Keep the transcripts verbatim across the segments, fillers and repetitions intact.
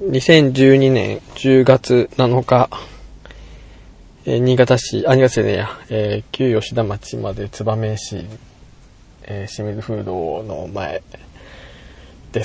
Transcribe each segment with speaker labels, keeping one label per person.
Speaker 1: にせんじゅうにねんじゅうがつなのか、えー、新潟市、あ、新潟市ねや、えー、旧吉田町まで燕市、えー、清水風洞の前です。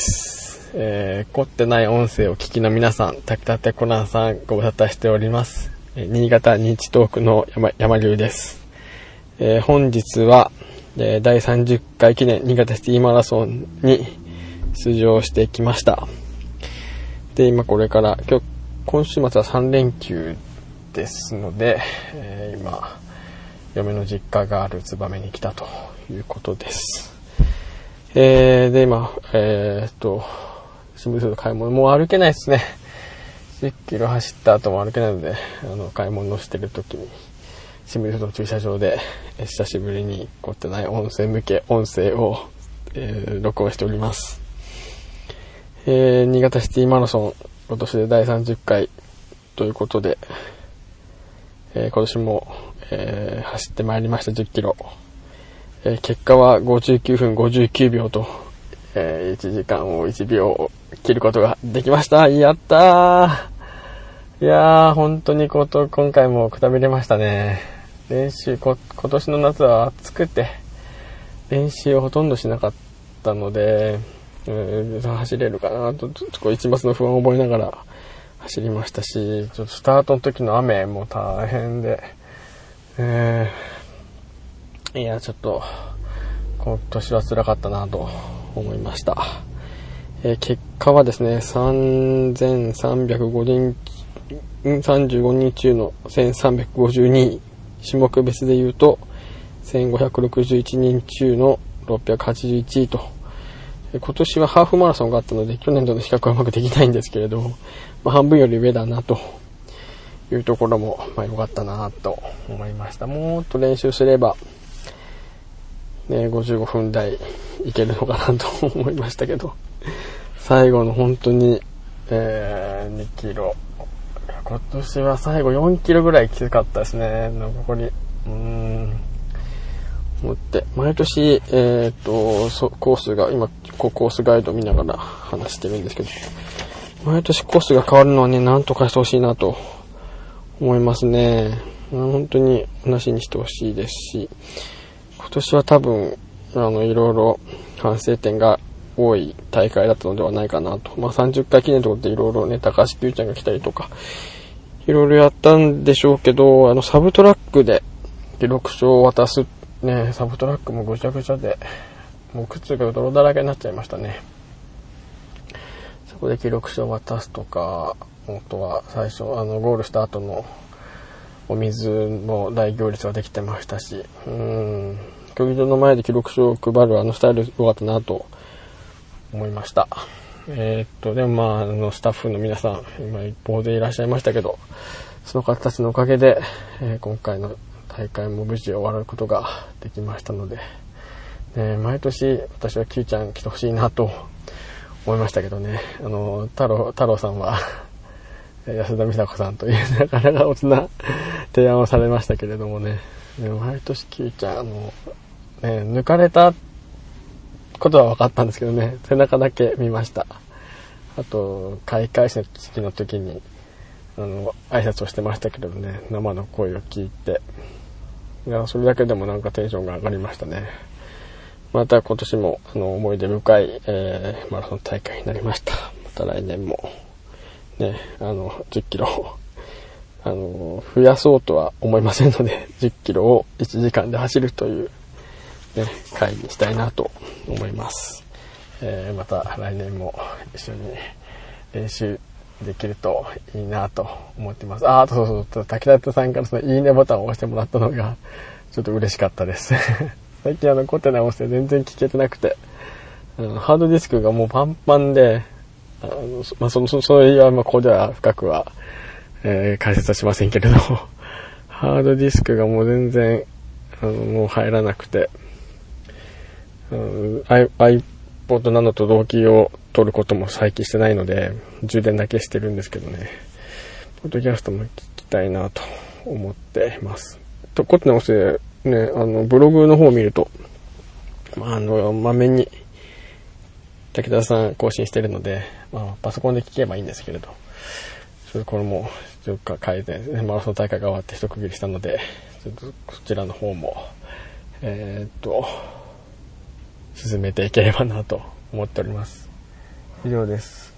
Speaker 1: えー、凝ってない音声を聞きの皆さん、たきたてコナンさんご無沙汰しております。えー、新潟日トークの山、山流です。えー、本日は、えー、だいさんじゅっかい記念新潟シティマラソンに出場してきました。で、今これから、今日、今週末はさんれんきゅうですので、えー、今、嫁の実家がある燕に来たということです。えー、で、今、えー、っと、清水風洞買い物、もう歩けないですね。じゅっキロ走った後も歩けないので、あの、買い物してるときに、清水風洞駐車場で、えー、久しぶりに凝ってない音声向け音声を、えー、録音しております。えー、新潟シティマラソン、今年でだいさんじゅっかいということで、えー、今年も、えー、走ってまいりましたじゅっキロ。えー、結果はごじゅうきゅうふんごじゅうきゅうびょうと、えー、いちじかんをいちびょう切ることができました。やったー。いやー、本当にこと、今回もくたびれましたね。練習こ、今年の夏は暑くて、練習をほとんどしなかったので、えー、走れるかなと、ちょっとこう一抹の不安を覚えながら走りましたし、ちょっとスタートの時の雨も大変で、えー、いや、ちょっと、今年は辛かったなと思いました。えー、結果はですね、さんぜんさんびゃくごにん、さんじゅうごにん中のせんさんびゃくごじゅうにい、種目別で言うと、せんごひゃくろくじゅういちにん中のろっぴゃくはちじゅういちいと、今年はハーフマラソンがあったので、去年との比較はうまくできないんですけれど、まあ、半分より上だなというところも、まあ、良かったなと思いました。もっと練習すれば、ね、ごじゅうごふんだいいけるのかなと思いましたけど、最後の本当に、えー、にキロ、今年は最後よんキロぐらいきつかったですね。残り、うーん、思って、毎年、えっと、コースが、今、コースガイド見ながら話してるんですけど、毎年コースが変わるのはね、なんとかしてほしいなと思いますね。本当に話にしてほしいですし、今年は多分、あの、いろいろ反省点が多い大会だったのではないかなと。まあ、さんじゅっかい記念とかっていろいろね、高橋九ちゃんが来たりとか、いろいろやったんでしょうけど、あの、サブトラックで記録書を渡すね、サブトラックもぐちゃぐちゃで、もう靴が泥だらけになっちゃいましたね。そこで記録書を渡すとか、本当は最初、あの、ゴールした後のお水の大行列ができてましたし、うーん、競技場の前で記録書を配るあのスタイル良かったなと思いました。えー、っと、でもまあ、あの、スタッフの皆さん、今一方でいらっしゃいましたけど、その方たちのおかげで、えー、今回の大会も無事終わることができましたので、ね、毎年私は Q ちゃん来てほしいなと思いましたけどね、あの、太郎、太郎さんは安田美佐子さんというなかなか大人な提案をされましたけれどもね、毎年 Q ちゃん、あの、ね、抜かれたことは分かったんですけどね、背中だけ見ました。あと、開会式の時に、あの、挨拶をしてましたけどね、生の声を聞いて、いや、それだけでもなんかテンションが上がりましたね。また今年もあの思い出深い、えー、マラソン大会になりました。また来年もね、あのじゅっキロあの増やそうとは思いませんので、じゅっキロをいちじかんで走るというね会にしたいなと思います。えー、また来年も一緒に練習できるといいなと思ってます。あ、そうそうそう、滝田さんからそのいいねボタンを押してもらったのがちょっと嬉しかったです。最近あのコテナ音声全然聞けてなくて、あのハードディスクがもうパンパンで、あのまあそのそそれはまあここでは深くは、えー、解説はしませんけれど、ハードディスクがもう全然あのもう入らなくて、あの iPod などと同期を取ることも最近してないので充電だけしてるんですけどね、ポッドキャストも聞きたいなと思っています。とコテナ音声ね、あのブログの方を見ると、まあ、あのまめに武田さん更新してるので、 まあ、パソコンで聞けばいいんですけれど、ちょっとこれもちょっと変えて、マラソン大会が終わって一区切りしたので、ちょっとこちらの方もえー、っと進めていければなと思っております。以上です。